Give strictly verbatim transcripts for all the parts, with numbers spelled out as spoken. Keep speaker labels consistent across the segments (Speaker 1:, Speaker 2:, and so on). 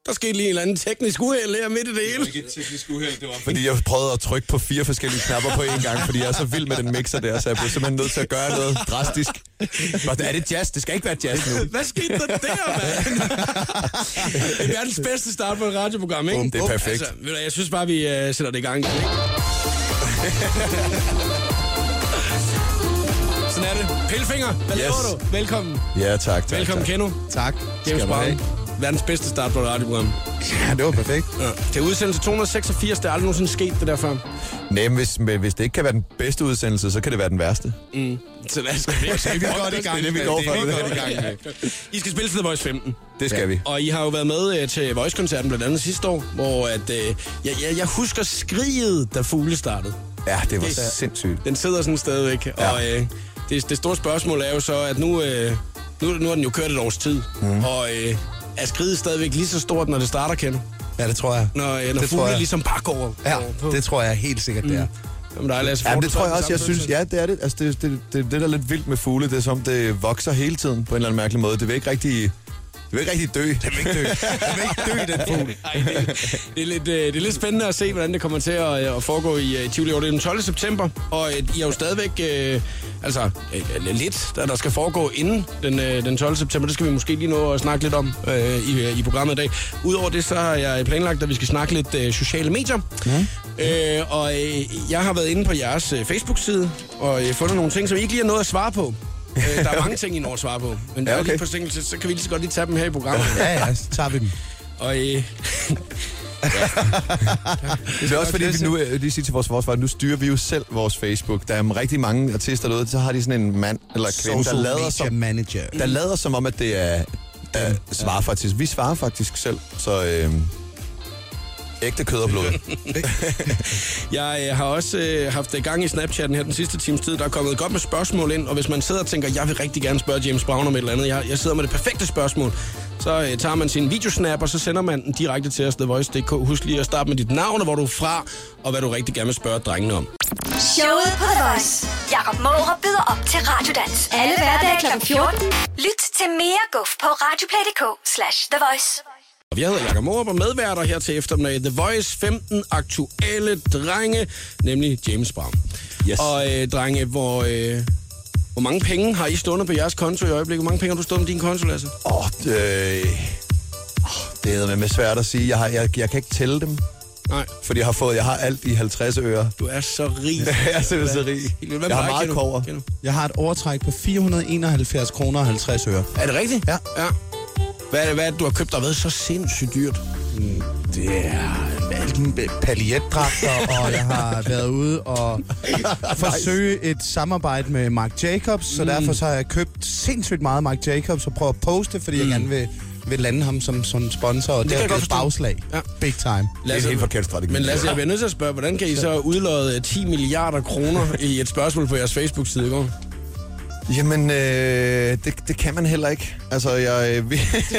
Speaker 1: Der skete lige en eller anden teknisk uheld her midt i det hele.
Speaker 2: Det var ikke et teknisk uheld, det var fordi jeg prøvede at trykke på fire forskellige knapper på én gang, fordi jeg er så vild med den mixer der, så jeg blev simpelthen nødt til at gøre noget drastisk. But, er det jazz? Det skal ikke være jazz nu.
Speaker 1: Hvad skete der der, mand? Det er verdens bedste start på et radioprogram, ikke?
Speaker 2: Um, det er perfekt.
Speaker 1: Altså, ved du, jeg synes bare, vi uh, sætter det i gang. Ikke? Sådan er det. Pillefinger, hvad yes. laver du? Velkommen.
Speaker 2: Ja, tak. tak
Speaker 1: Velkommen,
Speaker 2: tak.
Speaker 1: Keno.
Speaker 3: Tak.
Speaker 1: James Brown. Verdens bedste start på et radioprogram.
Speaker 3: Ja, det var perfekt.
Speaker 1: Ja. Det er udsendelse to hundrede seksogfirs, det er aldrig nogensinde sket det der før.
Speaker 2: Nej, men hvis, hvis det ikke kan være den bedste udsendelse, så kan det være den værste.
Speaker 1: Mm. Så lad os gå det.
Speaker 3: Så er vi godt i gang.
Speaker 2: Det er det, vi går for.
Speaker 3: Det er vi godt i gang med.
Speaker 1: I skal spille til The Voice femten.
Speaker 2: Det skal ja. vi.
Speaker 1: Og I har jo været med uh, til Voice-koncerten blandt andet sidste år, hvor at, uh, jeg, jeg, jeg husker skriget, da Fugle startede.
Speaker 2: Ja, det var
Speaker 1: det,
Speaker 2: sindssygt.
Speaker 1: Den sidder sådan stadigvæk. Ja. Og uh, det, det store spørgsmål er jo så, at nu, uh, nu, nu har den jo kørt et års tid. Mm. Og uh, er skriget stadigvæk lige så stort, når det starter, Kendo?
Speaker 3: Ja, det tror jeg.
Speaker 1: Når, uh, når
Speaker 3: det
Speaker 1: Fugle
Speaker 3: jeg.
Speaker 1: ligesom pakker over.
Speaker 3: Ja, det tror jeg helt sikkert, det er. Mm.
Speaker 1: Jamen, der er Lasse,
Speaker 2: ja, det tror jeg også, jeg synes, ja, det er det. Altså, det, det, det, det der er lidt vildt med fugle, det er som, det vokser hele tiden på en eller anden mærkelig måde. Det vil ikke rigtig, det vil ikke rigtig dø. Det vil ikke dø. Det vil ikke dø, den fugle.
Speaker 1: Ej, det, det, er lidt, det er lidt spændende at se, hvordan det kommer til at, at foregå i, i Tivoli. Det er den tolvte september, og I er jo stadigvæk, øh, altså øh, lidt, der, der skal foregå inden den, øh, den tolvte september. Det skal vi måske lige nå at snakke lidt om øh, i, i programmet i dag. Udover det, så har jeg planlagt, at vi skal snakke lidt øh, sociale medier. Mm. Øh, og øh, jeg har været inde på jeres øh, Facebook-side og øh, fundet nogle ting, som I ikke lige har nået at svare på. øh, der er mange ting, I når at svare på. Men der ja, okay. er lige forsinkelse, så kan vi lige så godt lige tage dem her i programmet.
Speaker 3: Ja, ja, så tager vi dem.
Speaker 1: Og øh,
Speaker 2: det er også fordi, vi nu, lige sige til vores forsvar, nu styrer vi jo selv vores Facebook. Der er rigtig mange artister derude, så har de sådan en mand eller kvinde, der lader, som,
Speaker 3: manager.
Speaker 2: der lader som om, at det er uh, svarer faktisk. Vi svarer faktisk selv, så øh, ægte kød og blod.
Speaker 1: Jeg øh, har også øh, haft gang i Snapchatten her den sidste times tid. Der er kommet godt med spørgsmål ind, og hvis man sidder og tænker, jeg vil rigtig gerne spørge James Brown om et eller andet, jeg, jeg sidder med det perfekte spørgsmål, så øh, tager man sin videosnap, og så sender man den direkte til os, the voice punktum d k. Husk lige at starte med dit navn, og hvor du er fra, og hvad du rigtig gerne vil spørge drengene om.
Speaker 4: Showet på The Voice. Jakob Mårup byder op til Radiodans. Alle hverdage klokken fjorten. Lyt til mere guf på radioplay punktum d k slash The Voice.
Speaker 1: Vi hedder Jakob Mårup og medværter her til eftermiddag. The Voice femten aktuelle drenge, nemlig James Brown.
Speaker 2: Yes.
Speaker 1: Og øh, drenge, hvor, øh, hvor mange penge har I stående på jeres konto i øjeblikket? Hvor mange penge har du stående på din konto, Lasse?
Speaker 2: Åh, oh, det, oh, det er med svært at sige. Jeg, har, jeg, jeg kan ikke tælle dem.
Speaker 1: Nej.
Speaker 2: Fordi jeg har fået, jeg har alt i halvtreds øre.
Speaker 1: Du er så rig.
Speaker 2: Jeg er simpelthen så rig. Jeg har meget kover.
Speaker 3: Jeg har et overtræk på fire hundrede og enoghalvfjerds kroner og halvtreds øre.
Speaker 1: Er det rigtigt?
Speaker 3: Ja.
Speaker 1: Ja. Hvad er det, hvad er det, du har købt, der har været så sindssygt dyrt?
Speaker 3: Mm, det er paljetdragter, og jeg har været ude og forsøge et samarbejde med Marc Jacobs, så mm. derfor så har jeg købt sindssygt meget Marc Jacobs og prøver at poste, fordi mm. jeg gerne vil, vil lande ham som, som sponsor, og det, det er et bagslag. Ja. Big time.
Speaker 2: Lasse, det er en helt forkert strategi.
Speaker 1: Men Lasse, jeg bliver nødt til at spørge, hvordan kan I så udlåde ti milliarder kroner i et spørgsmål på jeres Facebook-side i går?
Speaker 2: Jamen, øh, det, det kan man heller ikke. Altså, jeg... Øh, vi...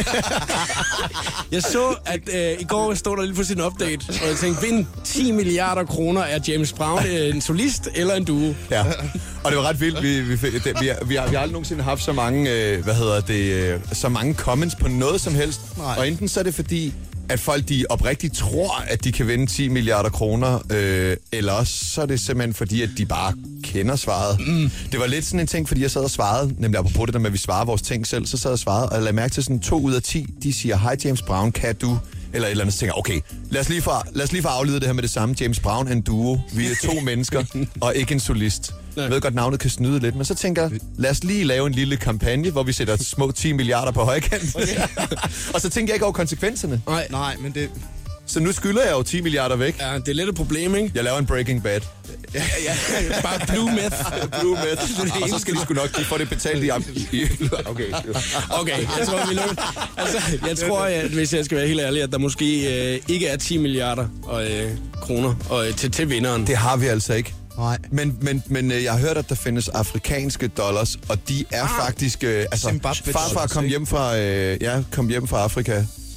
Speaker 1: jeg så, at øh, i går stod der lige pludselig en update, og jeg tænkte, vind ti milliarder kroner, er James Brown en solist eller en duo?
Speaker 2: Ja, og det var ret vildt. Vi, vi, det, vi, har, vi, har, vi har aldrig nogensinde haft så mange, øh, hvad hedder det, øh, så mange comments på noget som helst. Nej. Og enten så er det fordi, at folk de oprigtigt tror, at de kan vinde ti milliarder kroner, øh, eller også så er det simpelthen fordi, at de bare kender svaret. Mm. Det var lidt sådan en ting, fordi jeg sad og svarede, nemlig apropos det der med, at vi svarer vores ting selv, så sad jeg og svarede, og jeg lagde mærke til sådan to ud af ti, de siger, hej James Brown, kan du... Eller et eller andet, så tænker jeg, okay, lad os lige få, lad os lige få afledet det her med det samme. James Brown er en duo. Vi er to mennesker, og ikke en solist. Jeg ved godt, navnet kan snyde lidt, men så tænker jeg, lad os lige lave en lille kampagne, hvor vi sætter små ti milliarder på højkant. Okay. Og så tænker jeg ikke over konsekvenserne.
Speaker 3: Nej, nej, men det...
Speaker 2: Så nu skylder jeg jo ti milliarder væk.
Speaker 1: Ja, det er lidt et problem, ikke?
Speaker 2: Jeg laver en Breaking Bad.
Speaker 1: Ja, ja, bare blue meth.
Speaker 2: Blue meth. Og så skal de sgu nok, de får det betalt i... Okay.
Speaker 1: Okay, jeg tror, vi lukker. Altså, jeg tror, at, hvis jeg skal være helt ærlig, at der måske øh, ikke er ti milliarder og, øh, kroner og, øh, til, til vinderen.
Speaker 2: Det har vi altså ikke.
Speaker 3: Nej.
Speaker 2: Men, men, men jeg har hørt, at der findes afrikanske dollars, og de er ah, faktisk... Øh, altså, farfar kom hjem fra, øh, ja, kom hjem fra Afrika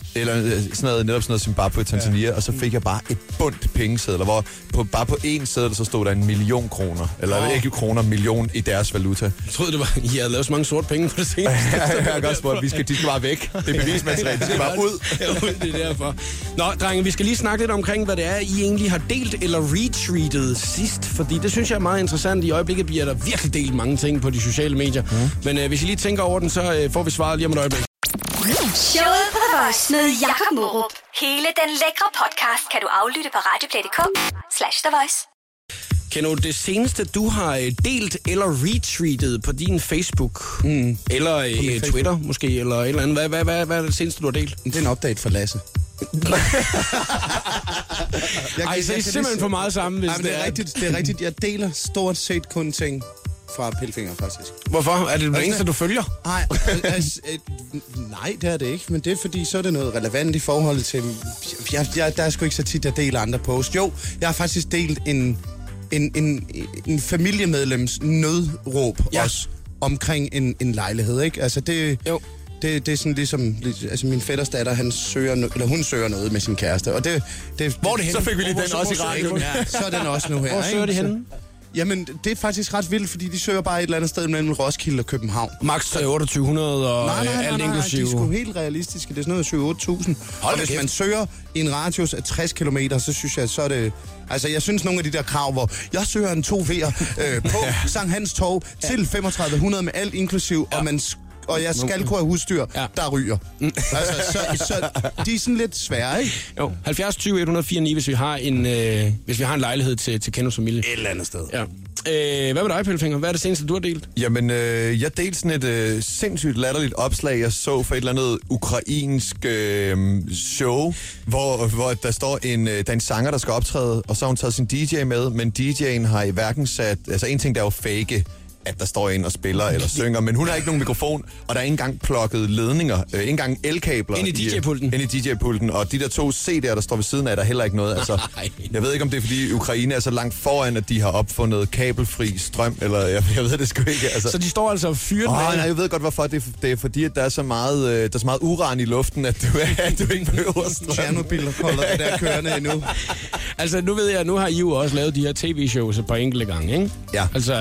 Speaker 2: eller øh, sådan noget, netop sådan noget Zimbabwe, Tanzania, ja. Og så fik jeg bare et bundt pengesedler, hvor på, bare på én seddel, så stod der en million kroner. Eller oh. ikke kroner, million i deres valuta.
Speaker 1: Jeg troede, det var, I havde lavet så mange sorte penge på det seneste.
Speaker 2: Ja, jeg har godt spurgt, vi skal, de skal bare væk. Det er bevismateriale, de skal bare ud.
Speaker 1: Ja, det er derfor. Nå, drenge, vi skal lige snakke lidt omkring, hvad det er, I egentlig har delt eller retweetet sidst. Fordi det synes jeg er meget interessant. I øjeblikket bliver der virkelig delt mange ting på de sociale medier. Mm. Men øh, hvis I lige tænker over den, så øh, får vi svaret lige om et øjeblik.
Speaker 4: Showet på The Voice med Jakob Morup. Hele den lækre podcast kan du aflytte på radioplay punktum d k slash The Voice.
Speaker 1: Kendo, det seneste, du har delt eller retweetet på din Facebook, mm. eller øh, Facebook. Twitter måske, eller et eller andet. Hvad, hvad, hvad, hvad er det seneste, du har delt?
Speaker 3: Det er en update for Lasse.
Speaker 1: jeg, Ej, så er I simpelthen for meget sammen, hvis
Speaker 3: Ej, det, det er. Rigtigt, det er rigtigt. Jeg deler stort set kun ting fra Pilfinger, faktisk.
Speaker 1: Hvorfor? Er det det altså, eneste, du følger?
Speaker 3: Nej, altså, nej, det er det ikke. Men det er fordi, så er det noget relevant i forhold til... Jeg, jeg, der er sgu ikke så tit, jeg deler andre posts. Jo, jeg har faktisk delt en, en, en, en familiemedlems nødråb ja. også omkring en, en lejlighed, ikke? Altså, det... Jo. Det, det er sådan ligesom, altså min fætters datter, han søger, eller hun søger noget med sin kæreste, og det... det
Speaker 1: hvor er det henne?
Speaker 2: Så fik vi lige den også i radioen.
Speaker 3: Ja, så er den også nu her.
Speaker 1: Hvor søger de henne?
Speaker 3: Jamen, det er faktisk ret vildt, fordi de søger bare et eller andet sted mellem Roskilde og København.
Speaker 1: Max otteogtyve hundrede og
Speaker 3: nej, nej, nej,
Speaker 1: alt
Speaker 3: nej,
Speaker 1: inklusive.
Speaker 3: De er sgu helt realistiske. Det er sådan noget syv otte tusind. Og hvis man søger i en radius af tres kilometer, så synes jeg, så er det... Altså, jeg synes nogle af de der krav, hvor jeg søger en to V'er øh, på Sankt Hans Torv til femogtredive hundrede med alt inklusiv, ja. og man... og jeg skal kunne have husdyr, ja. der ryger. Mm. Altså, så, så de er sådan lidt svære, ikke?
Speaker 1: Jo, halvfjerds tyve et hundrede fire ni, hvis vi har en, øh, hvis vi har en lejlighed til, til Kendos familie.
Speaker 3: Et eller andet sted.
Speaker 1: Ja. Øh, hvad med dig, Pilfinger? Hvad er det seneste, du har delt?
Speaker 2: Jamen, øh, jeg delte sådan et øh, sindssygt latterligt opslag, jeg så for et eller andet ukrainsk øh, show, hvor, hvor der står en, øh, der er en sanger, der skal optræde, og så har hun taget sin D J med, men D J'en har i hverken sat... Altså, en ting, der er jo fake, at der står en og spiller eller synger, men hun har ikke nogen mikrofon, og der er ikke engang plukket ledninger, øh, ikke engang elkabler.
Speaker 1: Ind i D J-pulten.
Speaker 2: Ind i D J-pulten, og de der to C D'er, der står ved siden af, der heller ikke noget. Altså, jeg ved ikke, om det er, fordi Ukraine er så langt foran, at de har opfundet kabelfri strøm, eller jeg, jeg ved det sgu ikke. Altså.
Speaker 1: Så de står altså og fyret
Speaker 2: oh,
Speaker 1: med?
Speaker 2: Nej, jeg ved godt, hvorfor. Det er, det er fordi, at der er så meget, øh, der er så meget uran i luften, at du, at du ikke behøver strøm.
Speaker 3: Tjernobyl holder det der kørende endnu.
Speaker 1: Altså, nu ved jeg, nu har I jo også lavet de her tv-shows et par enkelte gange, ikke?
Speaker 2: Ja.
Speaker 1: Altså,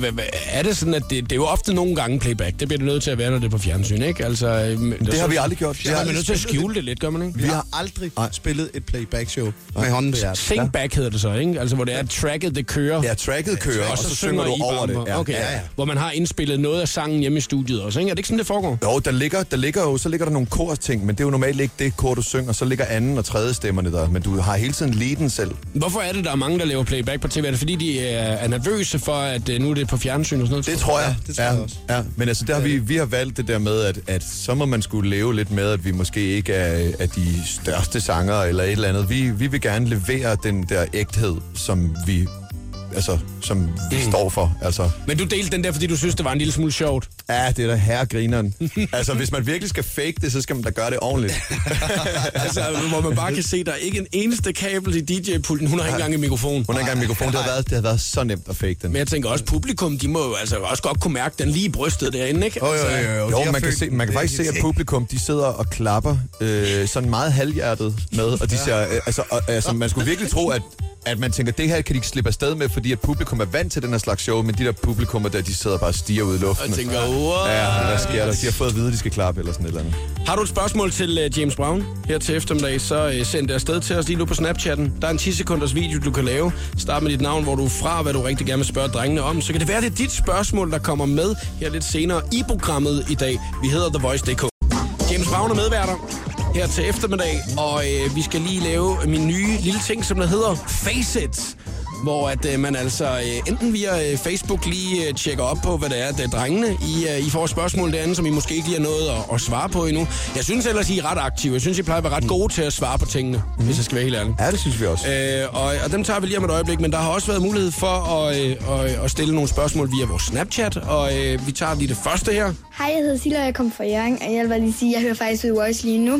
Speaker 1: er det sådan, at det, det er jo ofte nogle gange playback. Det bliver det nødt til at være, når det er på fjernsyn, ikke? Altså,
Speaker 2: det har vi aldrig gjort.
Speaker 1: Vi har nødt til at skjule det lidt, gør man ikke?
Speaker 3: Vi har aldrig Ej. spillet et playback-show med hånden på hjertet.
Speaker 1: Singback hedder det så, ikke? Altså, hvor det er tracket, det kører.
Speaker 2: Ja, tracket kører, og så, så synger du over det.
Speaker 1: Ja. Okay, ja, ja. Hvor man har indspillet noget af sangen hjemme i studiet også, ikke? Er det ikke sådan, det foregår?
Speaker 2: Jo, der ligger, der ligger jo, så ligger der nogle korsting, men det er jo normalt ikke det kor, du synger, så ligger anden og tredje stemmerne der, men du har hele tiden leaden selv.
Speaker 1: Hvorfor er det, der er mange, der laver playback på T V? Er det fordi, de er nervøse for, at nu er det på fjernsyn og sådan noget?
Speaker 2: Det tror jeg.
Speaker 3: Ja, det tror jeg også.
Speaker 2: Ja, men altså, der har vi, vi har valgt det der med, at, at så må man skulle leve lidt med, at vi måske ikke er, er de største sangere eller et eller andet. Vi, vi vil gerne levere den der ægthed, som vi, altså, som mm. vi står for. Altså.
Speaker 1: Men du delte den der, fordi du synes, det var en lille smule sjovt?
Speaker 2: Ja, det er da herregrineren. Altså, hvis man virkelig skal fake det, så skal man da gøre det ordentligt.
Speaker 1: Altså, hvor man bare kan se, der er ikke en eneste kabel i D J-pulten. Hun har ikke engang en mikrofon.
Speaker 2: Hun har ikke engang en mikrofon. Det har, været, det har været så nemt at fake den.
Speaker 1: Men jeg tænker også, publikum, de må jo altså også godt kunne mærke den lige i brystet derinde, ikke?
Speaker 3: Jo, jo, jo. jo.
Speaker 2: jo man, kan se, man kan faktisk se, at publikum, de sidder og klapper øh, sådan meget halvhjertet med, og de ser, øh, altså, og, altså, man skulle virkelig tro, at at man tænker, det her kan de ikke slippe afsted med, fordi at publikum er vant til den her slags show, men de der publikummer der, de sidder bare og stiger ud i luften.
Speaker 1: Og tænker, wow.
Speaker 2: Ja, hvad sker der? De har fået at vide, at de skal klappe eller sådan et eller andet.
Speaker 1: Har du et spørgsmål til uh, James Brown her til eftermiddag, så uh, send det afsted til os lige nu på Snapchatten. Der er en ti sekunders video, du kan lave. Start med dit navn, hvor du er fra, hvad du rigtig gerne vil spørge drengene om. Så kan det være, det er dit spørgsmål, der kommer med her lidt senere i programmet i dag. Vi hedder The Voice punktum d k. James Brown er medværter her til eftermiddag, og øh, vi skal lige lave min nye lille ting, som der hedder Face It. Hvor at øh, man altså øh, enten via øh, Facebook lige øh, tjekker op på, hvad det er, det er drengene. I, øh, I får spørgsmål derinde, som I måske ikke lige har nået at, at svare på endnu. Jeg synes ellers, I er ret aktive. Jeg synes, I plejer at være ret gode til at svare på tingene, mm. hvis jeg skal være helt ærlig.
Speaker 2: Ja, det synes vi også.
Speaker 1: Øh, og, og dem tager vi lige om et øjeblik, men der har også været mulighed for at, øh, at, at stille nogle spørgsmål via vores Snapchat, og øh, vi tager lige det første her.
Speaker 5: Hej, jeg hedder Silla, og jeg kommer fra Hjørring, og jeg vil bare lige sige, at jeg hører faktisk The Voice lige nu.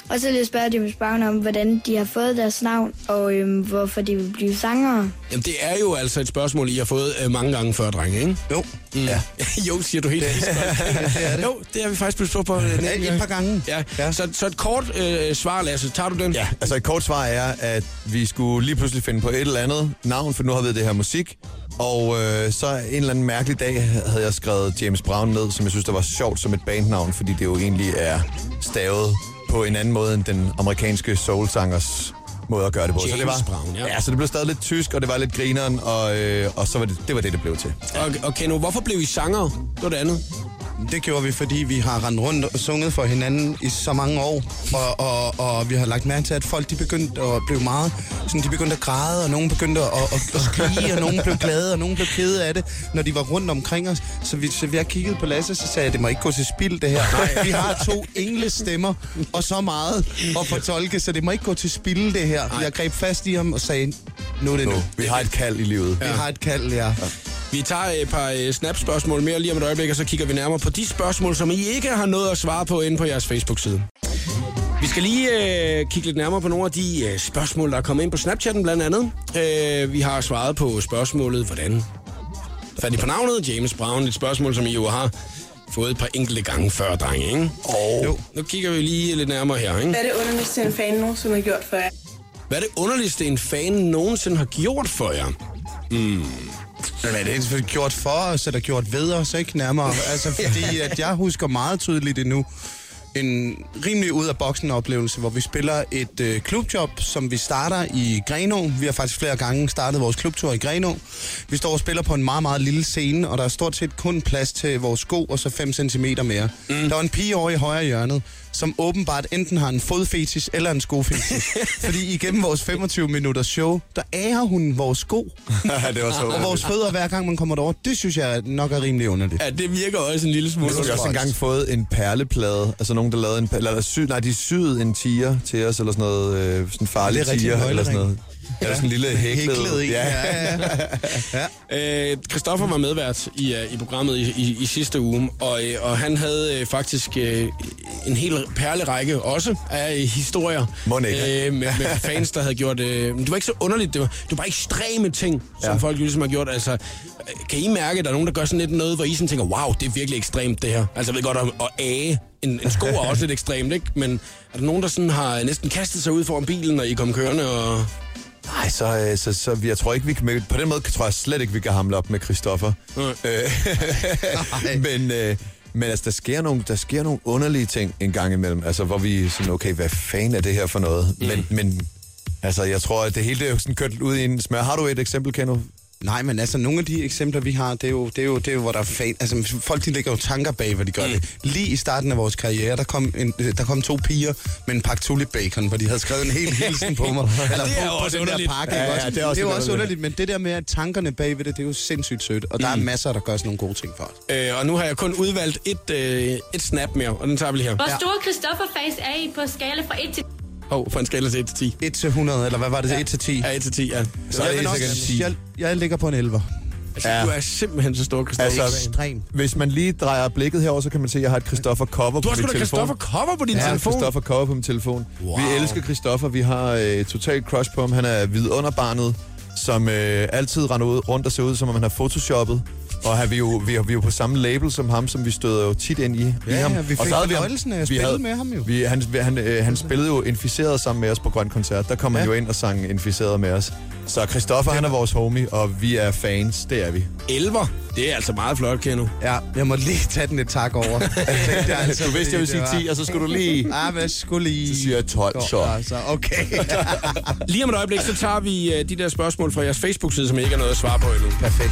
Speaker 5: Og så vil jeg spørge James Brown om, hvordan de har fået deres navn, og øhm, hvorfor de vil blive sangere.
Speaker 1: Jamen, det er jo altså et spørgsmål, I har fået øh, mange gange før, drenge, ikke?
Speaker 3: Jo.
Speaker 1: Mm. Ja. Jo, siger du helt. Det,
Speaker 3: det er det.
Speaker 1: Jo, det har vi faktisk blevet stå på. Øh,
Speaker 3: ja, et par gange.
Speaker 1: Ja. Ja. Så, så et kort øh, svar, Lasse. Tager du den?
Speaker 2: Ja, altså et kort svar er, at vi skulle lige pludselig finde på et eller andet navn, for nu har vi det her musik. Og øh, så en eller anden mærkelig dag havde jeg skrevet James Brown ned, som jeg synes, der var sjovt som et bandnavn, fordi det jo egentlig er stavet på en anden måde end den amerikanske soul-sangers måde at gøre det på.
Speaker 1: James
Speaker 2: så det var,
Speaker 1: Brown, ja.
Speaker 2: Ja, så det blev stadig lidt tysk, og det var lidt grineren, og, øh, og så var det, det var det, det blev til.
Speaker 1: Og, okay, nu, hvorfor blev I sangere? Det var det andet.
Speaker 3: Det gjorde vi, fordi vi har rendt rundt og sunget for hinanden i så mange år, og, og, og vi har lagt mærke til, at folk de begyndte at blive meget, sådan, de begyndte at græde, og nogen begyndte at, at, at skrige, og nogen blev glade, og nogen blev kede af det, når de var rundt omkring os. Så vi, så vi har kigget på Lasse, så sagde jeg, det må ikke gå til spild, det her. Nej. Vi har to englestemmer, og så meget at fortolke, så det må ikke gå til spild, det her. Nej. Jeg greb fast i ham og sagde, nu er det nu. nu.
Speaker 2: Vi har et kald i livet.
Speaker 3: Ja. Vi har et kald, ja. ja.
Speaker 1: Vi tager et par uh, snap-spørgsmål mere lige om et øjeblik, og så kigger vi nærmere på de spørgsmål, som I ikke har noget at svare på inde på jeres Facebook-side. Vi skal lige uh, kigge lidt nærmere på nogle af de uh, spørgsmål, der er kommet ind på Snapchatten blandt andet. Uh, vi har svaret på spørgsmålet, hvordan fandt I på navnet James Brown? Et spørgsmål, som I jo har fået et par enkelte gange før, drenge, ikke? Og jo. Nu kigger vi lige lidt nærmere her, ikke?
Speaker 6: Hvad er det underligste, en fan nogensinde har gjort for jer?
Speaker 1: Hvad er det underligste, en fan nogensinde har gjort for jer? Hmm...
Speaker 3: Hvad er det selvfølgelig gjort for os, eller gjort ved os, ikke nærmere? Altså, fordi at jeg husker meget tydeligt endnu en rimelig ud af boksen oplevelse, hvor vi spiller et øh, klubjob, som vi starter i Grenaa. Vi har faktisk flere gange startet vores klubtur i Grenaa. Vi står og spiller på en meget, meget lille scene, og der er stort set kun plads til vores sko og så fem centimeter mere. Mm. Der var en pige over i højre hjørnet, som åbenbart enten har en fodfetis eller en skofetis. Fordi igennem vores femogtyve minutters show, der ærer hun vores sko.
Speaker 2: Det var så
Speaker 3: og vores fødder hver gang man kommer derover. Det synes jeg nok er rimelig underligt.
Speaker 1: Ja, det virker også en lille smule.
Speaker 2: Vi har også engang fået en perleplade. Altså nogen, der lavede en... Eller, sy, nej, de syede en tiger til os, eller sådan noget... Øh, sådan farlig tiger, eller sådan noget. Ja, sådan en lille hæklet.
Speaker 3: Ja, ja, ja.
Speaker 1: ja. Øh, Christoffer var medvært i, uh, i programmet i, i, i sidste uge, og, uh, og han havde uh, faktisk uh, en hel perlerække også af uh, historier uh, med, med fans, der havde gjort... Uh, men det var ikke så underligt, det var, det var bare ekstreme ting, som ja. folk ligesom har gjort. Altså, kan I mærke, at der er nogen, der gør sådan lidt noget, hvor I sådan tænker, wow, det er virkelig ekstremt det her. Altså, jeg ved godt, at, at age en, en sko er også lidt ekstremt, ikke? Men er der nogen, der sådan har næsten kastet sig ud foran bilen, når I kom kørende og...
Speaker 2: Nej, så, så, så jeg tror ikke, vi kan... På den måde tror jeg slet ikke, vi kan hamle op med Christoffer. men, øh, men altså, der sker, nogle, der sker nogle underlige ting en gang imellem. Altså, hvor vi sådan, okay, hvad fanden er det her for noget? Mm. Men, men altså, jeg tror, at det hele det er jo sådan kørt ud i en smør. Har du et eksempel, Keno?
Speaker 3: Nej, men altså, nogle af de eksempler, vi har, det er jo, det er jo, det er jo hvor der er fan... Altså, folk, de lægger jo tanker bag, hvad de gør mm. det. Lige i starten af vores karriere, der kom, en, der kom to piger med en pakke tulip-bacon, hvor de havde skrevet en hel hilsen på mig. Eller
Speaker 1: det er
Speaker 3: på,
Speaker 1: også
Speaker 3: på
Speaker 1: underligt.
Speaker 3: Pakke,
Speaker 2: ja, ja, det er også,
Speaker 3: det er også underligt, men det der med, at tankerne bag ved det, det er jo sindssygt sødt. Og der mm. er masser, der gør sådan nogle gode ting for os.
Speaker 1: Øh, og nu har jeg kun udvalgt et, øh, et snap mere, og den tager vi lige her.
Speaker 7: Hvor store Christoffer-fans er I på skala fra et til...
Speaker 1: Åh, oh, fra en skala til et til ti.
Speaker 3: et til hundrede, eller hvad var det?
Speaker 1: Ja.
Speaker 3: et til ti?
Speaker 1: Ja, et til ti, ja.
Speaker 2: Så er det sikkert ti.
Speaker 3: Jeg, jeg ligger på en elver.
Speaker 1: Altså, ja. Du er simpelthen så stor, Christoffer.
Speaker 2: Altså,
Speaker 3: ekstrem.
Speaker 2: Hvis man lige drejer blikket herover, så kan man se, at jeg har et Christoffer cover
Speaker 1: du
Speaker 2: på min telefon.
Speaker 1: Du har sgu da Christoffer cover på din
Speaker 2: ja,
Speaker 1: telefon?
Speaker 2: Ja, Christoffer cover på min telefon. Wow. Vi elsker Christoffer. Vi har øh, totalt crush på ham. Han er vidunderbarnet, som øh, altid render ud, rundt og ser ud, som om han har photoshoppet. Og har vi, jo, vi, har, vi er jo på samme label som ham, som vi støder jo tit ind i.
Speaker 3: Ja,
Speaker 2: i ham.
Speaker 3: Ja, vi fik fornøjelsen af at spille havde, med ham jo.
Speaker 2: Vi, han, han, øh, han spillede jo Inficeret sammen med os på Grøn Koncert. Der kom ja. han jo ind og sang Inficeret med os. Så Christoffer, han er vores homie, og vi er fans. Det er vi.
Speaker 1: elver. Det er altså meget flot, Keno.
Speaker 3: Ja, jeg må lige tage den et tak over. Jeg
Speaker 2: jeg altså, du vidste, jeg ville sige ti, og så skulle du lige...
Speaker 3: Ja, hvad skulle lige...
Speaker 2: Så siger jeg tolv, så.
Speaker 3: Altså, okay.
Speaker 1: Lige om et øjeblik, så tager vi uh, de der spørgsmål fra jeres Facebook-side, som I ikke har noget at svare på endnu.
Speaker 3: Perfekt.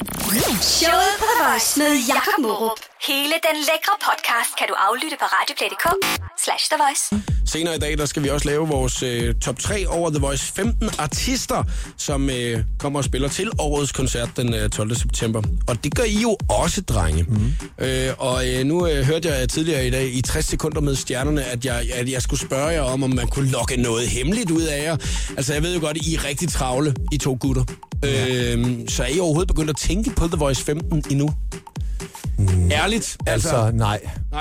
Speaker 4: Showet på The Voice med Jakob Morup. Hele den lækre podcast kan du aflytte på radioplay punktum d k slash The Voice.
Speaker 1: Senere i dag, der skal vi også lave vores øh, top tre over The Voice femten artister, som øh, kommer og spiller til årets koncert den øh, tolvte september. Og det gør I jo også, drenge. Mm. Øh, og øh, nu øh, hørte jeg tidligere i dag i tres sekunder med stjernerne, at jeg, at jeg skulle spørge jer om, om man kunne lokke noget hemmeligt ud af jer. Altså, jeg ved jo godt, at I er rigtig travle, I to gutter. Ja. Øh, så er I overhovedet begyndt at tænke på The Voice femten endnu? Mm. Ærligt?
Speaker 2: Altså, altså nej.
Speaker 1: Nej.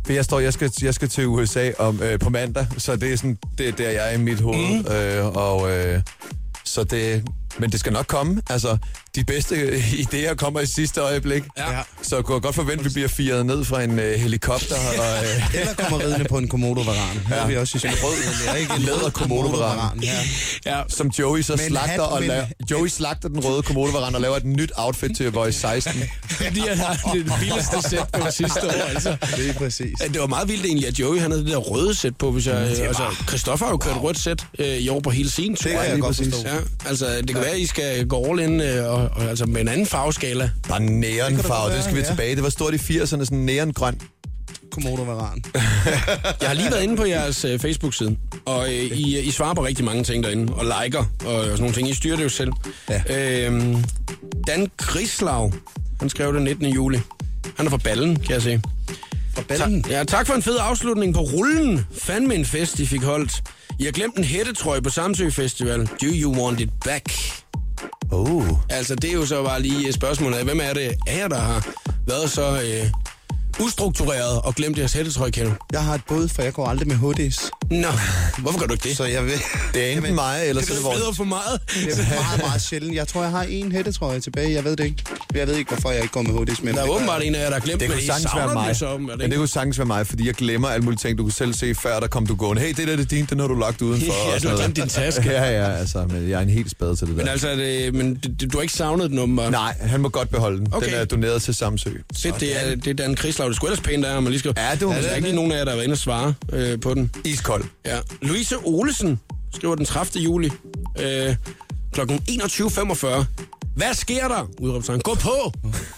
Speaker 2: For jeg står, jeg skal, jeg skal til U S A om, øh, på mandag, så det er sådan, det er der, jeg er i mit hoved. Mm. Øh, og øh, så det, men det skal nok komme. Altså, de bedste idéer kommer i sidste øjeblik. Ja. Så jeg kunne godt forvente, at vi bliver firet ned fra en øh, helikopter. Og, øh,
Speaker 3: eller kommer ridende på en komodovaran.
Speaker 2: Ja.
Speaker 3: Vi også en rød,
Speaker 2: eller ikke en læder komodovaran. Ja. Ja. Som Joey så slagter, hat, og la- Joey slagter den røde komodovaran og laver et nyt outfit til Voice seksten.
Speaker 1: Fordi han har det vildeste sæt på sidste år, altså.
Speaker 3: Det er præcis.
Speaker 1: Det var meget vildt egentlig, at Joey han havde det der røde sæt på, hvis jeg... Mm, altså, Christoffer har jo kørt wow. rødt sæt øh, i år på hele scenen.
Speaker 3: Det kan jeg, jeg godt forstå.
Speaker 1: Ja, altså, det kan ja. være, at I skal gå all in øh, og, og, altså, med en anden farveskala.
Speaker 2: Bare neonfarve, det, det skal vi ja. tilbage. Det var stort i firserne, sådan neongrøn.
Speaker 3: Komodovaran.
Speaker 1: Jeg har lige været inde på jeres øh, Facebook-side, og øh, I, I svarer på rigtig mange ting derinde, og liker, og, og sådan nogle ting. I styrer det jo selv. Ja. Øhm, Dan Grislav, han skrev det nittende juli. Han er fra Ballen, kan jeg se.
Speaker 3: Fra Ballen?
Speaker 1: Ta- ja, tak for en fed afslutning på rullen. Fandme en fest, I fik holdt. I har glemt en hættetrøje på Samsø Festival. Do you want it back?
Speaker 2: Oh.
Speaker 1: Altså, det er jo så bare lige et spørgsmål af, hvem er det af jer, der har været så øh, ustruktureret og glemt jeres hættetrøje, Kjell?
Speaker 3: Jeg har et bud, for jeg går aldrig med hoodies.
Speaker 1: Nå, hvorfor gør du ikke det?
Speaker 3: Så jeg ved...
Speaker 2: Det er enten mig, eller så er det vores...
Speaker 1: Det er for meget.
Speaker 3: Det er meget, meget sjældent. Jeg tror, jeg har en hættetrøje tilbage. Jeg ved det ikke. Jeg ved ikke, hvorfor jeg ikke går med hoodies. Men
Speaker 1: der er åbenbart en af jer, der har glemt,
Speaker 2: det.
Speaker 1: Men
Speaker 2: Det kunne sagtens være mig.
Speaker 1: Så, det,
Speaker 2: men det kunne sagtens være mig, fordi jeg glemmer alle mulige ting. Du kunne selv se før, der kom du gående. Hey, det der det er din, den har du lagt udenfor.
Speaker 1: Ja, du har glemt din taske.
Speaker 2: Ja, ja, altså, men jeg er en helt spade til det der.
Speaker 1: Men altså, det, men du har ikke savnet den, åbenbart?
Speaker 2: Nej, han må godt beholde den. Okay. Den er doneret til Samsø.
Speaker 1: Fedt, det er, det er Dan Krislav. Det skulle ellers pænt der, man lige skal...
Speaker 2: Ja, det var...
Speaker 1: Ja, der er ikke lige nogen af jer, der var inde og svare øh, på den.
Speaker 2: Iskold.
Speaker 1: Ja. Louise Olesen skriver den tredivte juli øh, klokken enogtyve femogfyrre. Hvad sker der? Udråbstegn. Gå på!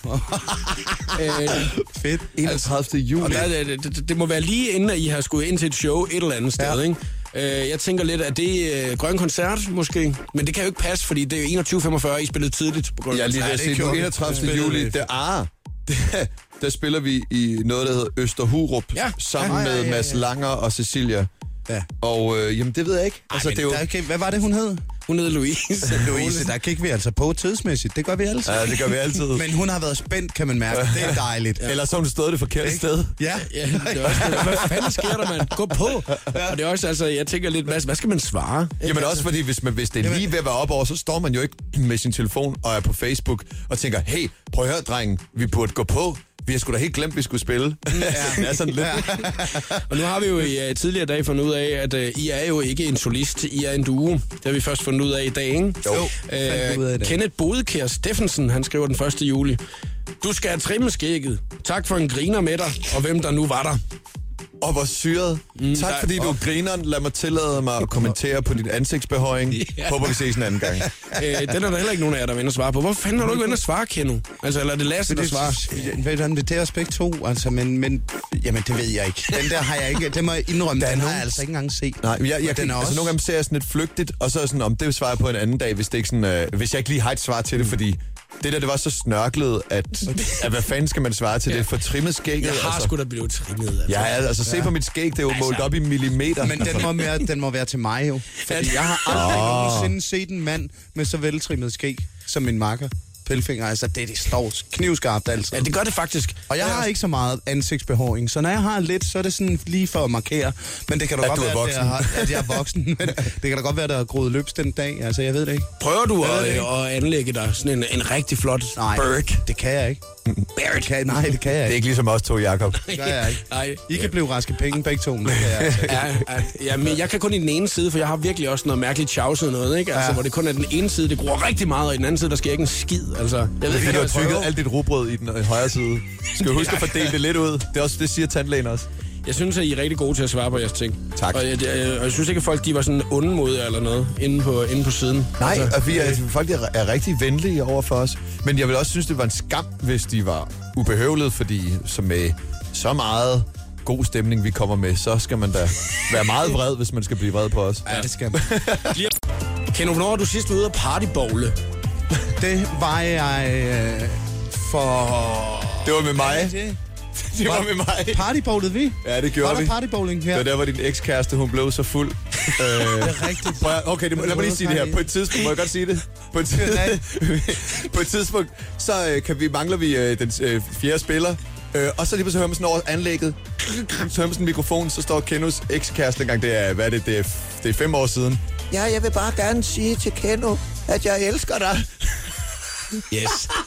Speaker 3: øh, Fedt.
Speaker 2: enogtredivte juli.
Speaker 1: Og der, det, det, det må være lige inden, at I har skulle ind til et show et eller andet sted, ja. ikke? Øh, jeg tænker lidt, at det er øh, grøn koncert, måske. Men det kan jo ikke passe, fordi det er jo enogtyve femogfyrre, I spillede tidligt på grøn
Speaker 2: ja, lige
Speaker 1: koncert.
Speaker 2: Ja, lige enogtredivte juli. Det er... Der, der spiller vi i noget, der hedder Østerhurup, ja. sammen ja, ja, ja, ja. med Mads Langer og Cecilia. Ja. Og øh, jamen, det ved jeg ikke.
Speaker 3: Ej, altså, det er jo... der, okay, hvad var det, hun hed?
Speaker 1: Hun hed Louise.
Speaker 3: Louise, der gik vi altså på tidsmæssigt. Det gør vi altid.
Speaker 2: Ja, det gør vi altid.
Speaker 3: Men hun har været spændt, kan man mærke. Det er dejligt.
Speaker 2: Ja. Eller så har hun stået det forkerte sted.
Speaker 3: Ja.
Speaker 1: ja det er også, hvad fanden sker der, mand? Gå på. Ja. Og det er også, altså, jeg tænker lidt, hvad, hvad skal man svare?
Speaker 2: Jamen også fordi, hvis, man, hvis det er lige ved at være op over, så står man jo ikke med sin telefon og er på Facebook og tænker, hey, prøv at høre, drengen, vi burde gå på. Vi har sgu da helt glemt, at vi skulle spille. Ja. Det er sådan lidt. Ja.
Speaker 1: Og nu har vi jo i uh, tidligere dag fundet ud af, at uh, I er jo ikke en solist, I er en duo. Det har vi først fundet ud af i dag, ikke?
Speaker 2: Jo.
Speaker 1: Uh, Kenneth Bodekær Steffensen, han skriver den første juli. Du skal have trimme skægget. Tak for en griner med dig, og hvem der nu var der.
Speaker 2: Og hvor syret. Mm, tak fordi du griner. Lad mig tillade mig at kommentere på dit ansigtsbehøjning. Ja. Håber vi ses en anden gang.
Speaker 1: øh, den er der heller ikke nogen af jer, der vil at svare på. Hvorfor fanden har du ikke vendt at svare, Keno? Altså, eller er det Lasse, der svarer?
Speaker 3: Det er os begge to, altså, men, men jamen, det ved jeg ikke. Den der har jeg ikke, det må jeg indrømme, den, den har jeg altså ikke engang set.
Speaker 2: Nej, jeg, jeg, jeg den er altså, også... nogle gange ser jeg sådan lidt flygtigt, og så er sådan, om det svarer på en anden dag, hvis, det ikke sådan, øh, hvis jeg ikke lige har et svar til det, fordi... Det der, det var så snørklet, at, at hvad fanden skal man svare til ja. det? For trimmet skægget?
Speaker 1: Jeg har
Speaker 2: altså.
Speaker 1: sgu da blevet trimmet. Altså.
Speaker 2: Ja, altså se ja. på mit skæg, det er jo altså. målt op i millimeter.
Speaker 3: Men den må, være, den må være til mig jo. Fordi jeg har aldrig oh. nogensinde set en mand med så veltrimmet skæg som min makker. Pelfinger, altså det, det står knivskarpt altså.
Speaker 1: Ja, det gør det faktisk.
Speaker 3: Og jeg har ikke så meget ansigtsbehåring, så når jeg har lidt, så er det sådan lige for at markere. Men det kan da godt være, at jeg, har, at jeg er voksen. Men det kan da godt være, at der er groet løbs den dag. Altså, jeg ved det ikke.
Speaker 1: Prøver du at, at anlægge dig sådan en, en rigtig flot
Speaker 3: nej,
Speaker 1: Berg?
Speaker 3: Det kan jeg ikke.
Speaker 1: Berg?
Speaker 3: Kan, nej, det kan jeg ikke.
Speaker 2: Det er ikke ligesom os to, Jacob.
Speaker 3: Det gør jeg ikke. Nej. I kan blive raske penge begge to. Det kan jeg, altså.
Speaker 1: ja, ja, ja, men jeg kan kun i den ene side, for jeg har virkelig også noget mærkeligt tjavset noget, ikke? Altså, ja. hvor det kun er den ene side, det gror rigtig meget, og i den anden side, der sker ikke en skid. Altså, jeg ved
Speaker 2: ikke, du har tykket alt dit rugbrød i den højre side. Skal du huske at fordele det lidt ud? Det, er også, det siger tandlægen også.
Speaker 1: Jeg synes, at I er rigtig gode til at svare på jeres ting.
Speaker 2: Tak.
Speaker 1: Og jeg, jeg, og jeg synes ikke, at folk de var sådan onde mod jer eller noget inde på, inde på siden.
Speaker 2: Nej, altså, og vi er, folk er, er rigtig venlige over for os. Men jeg vil også synes, det var en skam, hvis de var ubehøvlet, fordi så med så meget god stemning, vi kommer med, så skal man da være meget vred, hvis man skal blive vred på os.
Speaker 3: Ja, det skal man.
Speaker 1: Kendo, hvornår var du sidst ude at partybowle?
Speaker 3: Det var jeg øh, for...
Speaker 2: Det var med mig.
Speaker 3: Det,
Speaker 2: det var med mig.
Speaker 3: Partybowlede vi?
Speaker 2: Ja, det gjorde
Speaker 3: var
Speaker 2: vi.
Speaker 3: Var der partybowling her?
Speaker 2: Det var der, hvor din ekskæreste, hun blev så fuld.
Speaker 3: øh, det er rigtigt.
Speaker 2: Okay, det må, lad mig lige sige det her. På et tidspunkt, må jeg godt sige det? På et, på et tidspunkt, så øh, kan vi, mangler vi øh, den øh, fjerde spiller. Øh, og så lige pludselig hører man sådan over anlægget. tømmer sådan en mikrofon, så står Kenos ekskæreste engang, det er, hvad er det, det er, det er fem år siden. Ja, jeg vil bare gerne sige til Keno, at jeg elsker dig.
Speaker 1: Yes.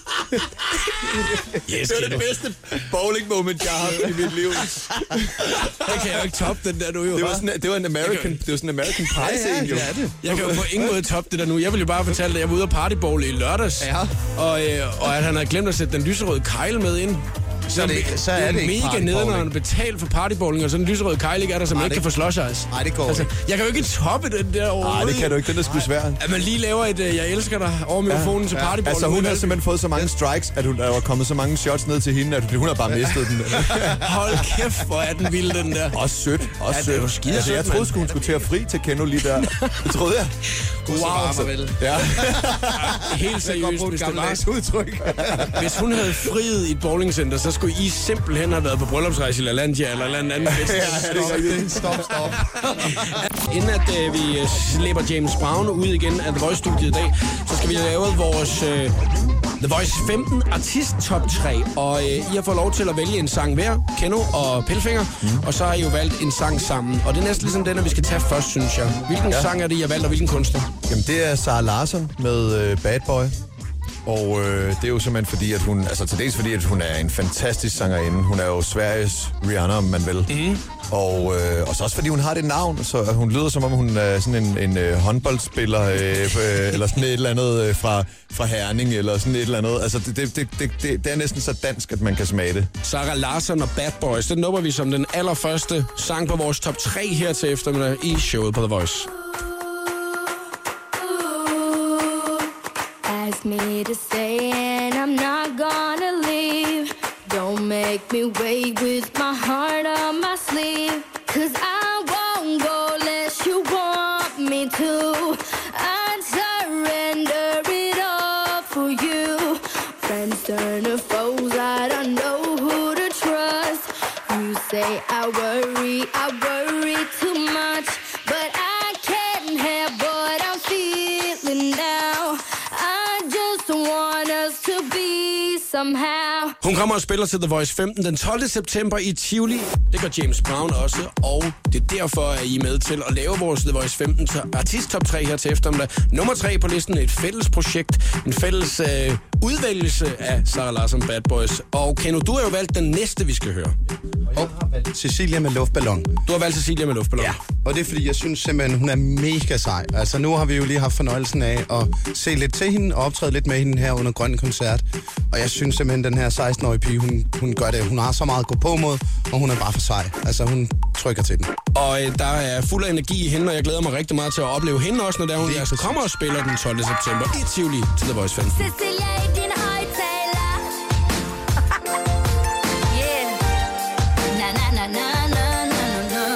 Speaker 1: Yes,
Speaker 2: Det var det bedste bowling moment, jeg har haft i mit liv.
Speaker 1: Det kan jeg jo ikke toppe, den der nu jo.
Speaker 2: Det var sådan, det var en American, det var sådan en American Pie-scene, jo.
Speaker 3: Ja, det.
Speaker 1: Jeg kan jo på ingen måde toppe det der nu. Jeg vil jo bare fortælle, at jeg var ude og partybowle i lørdags.
Speaker 3: Ja.
Speaker 1: Og, øh, og at han havde glemt at sætte den lyserøde kejle med ind. Så,
Speaker 3: er det ikke- så er det ikke
Speaker 1: mega
Speaker 3: partybowling.
Speaker 1: nede, når han betaler for partybowling, og sådan en lyserød kejle ikke er der, så man
Speaker 3: Nej,
Speaker 1: ikke
Speaker 3: det-
Speaker 1: kan få slush ice.
Speaker 3: Nej, det går
Speaker 1: Altså,
Speaker 3: ikke.
Speaker 1: jeg kan jo ikke toppe den der overhovedet.
Speaker 2: Nej, det kan du ikke. Den er sgu svær.
Speaker 1: At man lige laver et, øh, jeg elsker dig over mikrofonen ja. til partybowling.
Speaker 2: Altså, hun har simpelthen fået så mange strikes, at hun, der var kommet så mange shots ned til hende, at hun har bare mistet den.
Speaker 1: Hold kæft, hvor er den vild, den der.
Speaker 2: Også sødt. Også
Speaker 1: Ja, det er jo
Speaker 2: sødt.
Speaker 1: skide
Speaker 2: Altså, jeg
Speaker 1: sødt,
Speaker 2: troede
Speaker 1: mand.
Speaker 2: sgu, hun skulle til at fri til Keno lige der. Det troede jeg.
Speaker 3: Wow, vel.
Speaker 2: Ja.
Speaker 1: Helt seriøst, hvis det var.
Speaker 3: udtryk.
Speaker 1: Hvis hun havde friet i et bowlingcenter, så skulle I simpelthen have været på bryllupsrejse i LaLandia eller en anden fest.
Speaker 3: Stop, stop.
Speaker 1: Inden at øh, vi øh, slipper James Brown ud igen af The Voice-studiet i dag, så skal vi lave vores øh, The Voice femten artist top tre. Og øh, I har fået lov til at vælge en sang hver, Keno og Pelfinger, mm. og så har I jo valgt en sang sammen. Og det er næsten ligesom den, at vi skal tage først, synes jeg. Hvilken ja. sang er det, I har valgt, og hvilken kunstner?
Speaker 2: Jamen, det er Sara Larsson med øh, Bad Boy. Og øh, det er jo simpelthen fordi, at hun... Altså til dels fordi, at hun er en fantastisk sangerinde. Hun er jo Sveriges Rihanna, om man vil. Mm. Og, øh, og så også fordi, hun har det navn, så hun lyder som om, hun er sådan en, en øh, håndboldspiller, øh, øh, eller sådan et eller andet øh, fra, fra Herning, eller sådan et eller andet. Altså, det, det, det, det, det er næsten så dansk, at man kan smage det.
Speaker 1: Sara Larsson og Bad Boys. Den nupper vi som den allerførste sang på vores top tre her til eftermiddag i showet på The Voice.
Speaker 8: Ask me to stay and I'm not gonna leave. Don't make me wait with my heart on my sleeve. Cause I won't go unless you want me to. I'd surrender it all for you. Friends turn to foes, I don't know who to trust. You say I worry, I worry too much. But I can't help what I'm feeling now. I just want us to be somehow.
Speaker 1: Hun kommer og spiller til The Voice femten den tolvte september i Tivoli. Det gør James Brown også, og det er derfor, at I er med til at lave vores The Voice femten artist top tre her til eftermiddag. Nummer tre på listen er et fælles projekt, en fælles øh, udvælgelse af Sara Larsson Bad Boys. Og Keno, du har jo valgt den næste, vi skal høre.
Speaker 3: Og Cecilia med luftballon.
Speaker 1: Du har valgt Cecilia med luftballon.
Speaker 3: Ja, og det er fordi, jeg synes simpelthen, hun er mega sej. Altså nu har vi jo lige haft fornøjelsen af at se lidt til hende og optræde lidt med hende her under Grøn Koncert. Og jeg synes simpelthen, den her seksten-årige pige, hun, hun gør det. Hun har så meget at gå på mod, og hun er bare for sej. Altså hun trykker til den.
Speaker 1: Og øh, der er fuld af energi i hende, og jeg glæder mig rigtig meget til at opleve hende også, når der hun altså kommer og spiller den tolvte september i Tivoli til The Voice femten.
Speaker 8: Cecilia i din højtaler. Yeah. Na na na na na na na.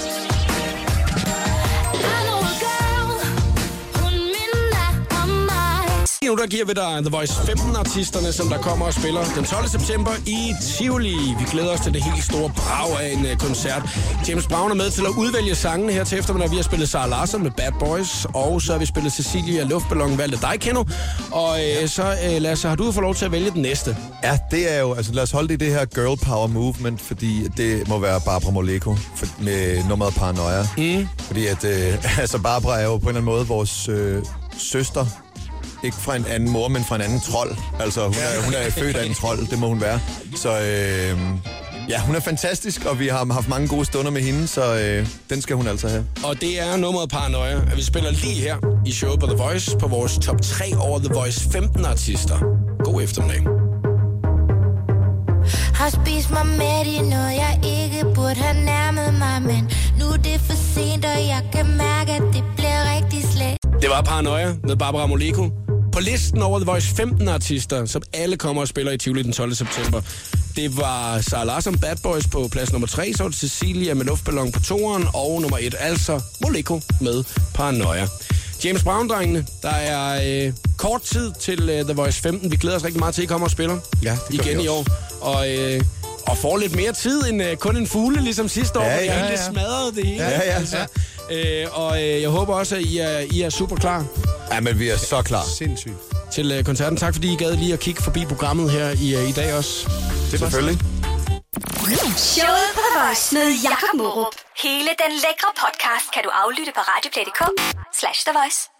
Speaker 8: I know a girl, hun minder om mig.
Speaker 1: Nu der giver vi dig The Voice femten artisterne, som der kommer og spiller den tolvte september i Tivoli. Vi glæder os til det helt store brag af en uh, koncert. James Brown er med til at udvælge sangene her til eftermiddag. Vi har spillet Sara Larsson med Bad Boys, og så har vi spillet Cecilia Luftballon, valgte dig, Keno. Og uh, så, uh, Lasse, har du fået lov til at vælge den næste?
Speaker 2: Ja, det er jo... Altså, lad os holde det i det her girl power movement, fordi det må være Barbara Moleko for, med nummeret Paranoia. Mm. Fordi at... Øh, altså, Barbara er jo på en eller anden måde vores øh, søster. Ikke fra en anden mor, men fra en anden trold. Altså, hun er, hun er født af en trold, det må hun være. Så øh, ja, hun er fantastisk, og vi har haft mange gode stunder med hende, så øh, den skal hun altså have.
Speaker 1: Og det er nummeret Paranoia, at vi spiller lige her i showet på The Voice på vores top tre over The Voice femten artister. God eftermiddag.
Speaker 8: Har spist mig med i noget, jeg ikke burde have nærmet mig. Men nu er det for sent, og jeg kan mærke, at det bliver rigtig slet.
Speaker 1: Det var Paranoia med Barbara Moleko. På listen over The Voice femten artister, som alle kommer og spiller i Tivoli den tolvte september. Det var Sara Larsson Bad Boys på plads nummer tre, så var det Cecilia med Luftballon på toeren, og nummer et, altså Moleko med Paranoia. James Brown-drengene, der er øh, kort tid til øh, The Voice femten. Vi glæder os rigtig meget til, at I kommer og spiller
Speaker 2: ja,
Speaker 1: igen i år. Og, øh, og får lidt mere tid end øh, kun en fugle, ligesom sidste år,
Speaker 2: ja,
Speaker 1: hvor jeg
Speaker 2: ja,
Speaker 1: helt
Speaker 2: ja.
Speaker 1: smadrede det hele.
Speaker 2: Ja, ja,
Speaker 1: altså. øh, og øh, jeg håber også, at I er, I er super klar.
Speaker 2: Ja, men vi er så klar.
Speaker 3: Sindssygt.
Speaker 1: Til øh, koncerten. Tak fordi I gad lige at kigge forbi programmet her i, øh, i dag også.
Speaker 2: Det selvfølgelig.
Speaker 4: Showet på The Voice med Jakob Morup. Hele den lækre podcast kan du aflytte på radioplay punktum d k slash The Voice.